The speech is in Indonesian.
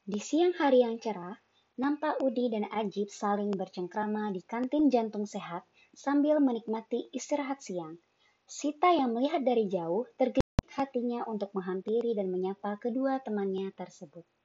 Di siang hari yang cerah, nampak Udi dan Ajib saling bercengkrama di kantin Jantung Sehat sambil menikmati istirahat siang. Sita yang melihat dari jauh tergerak hatinya untuk menghampiri dan menyapa kedua temannya tersebut.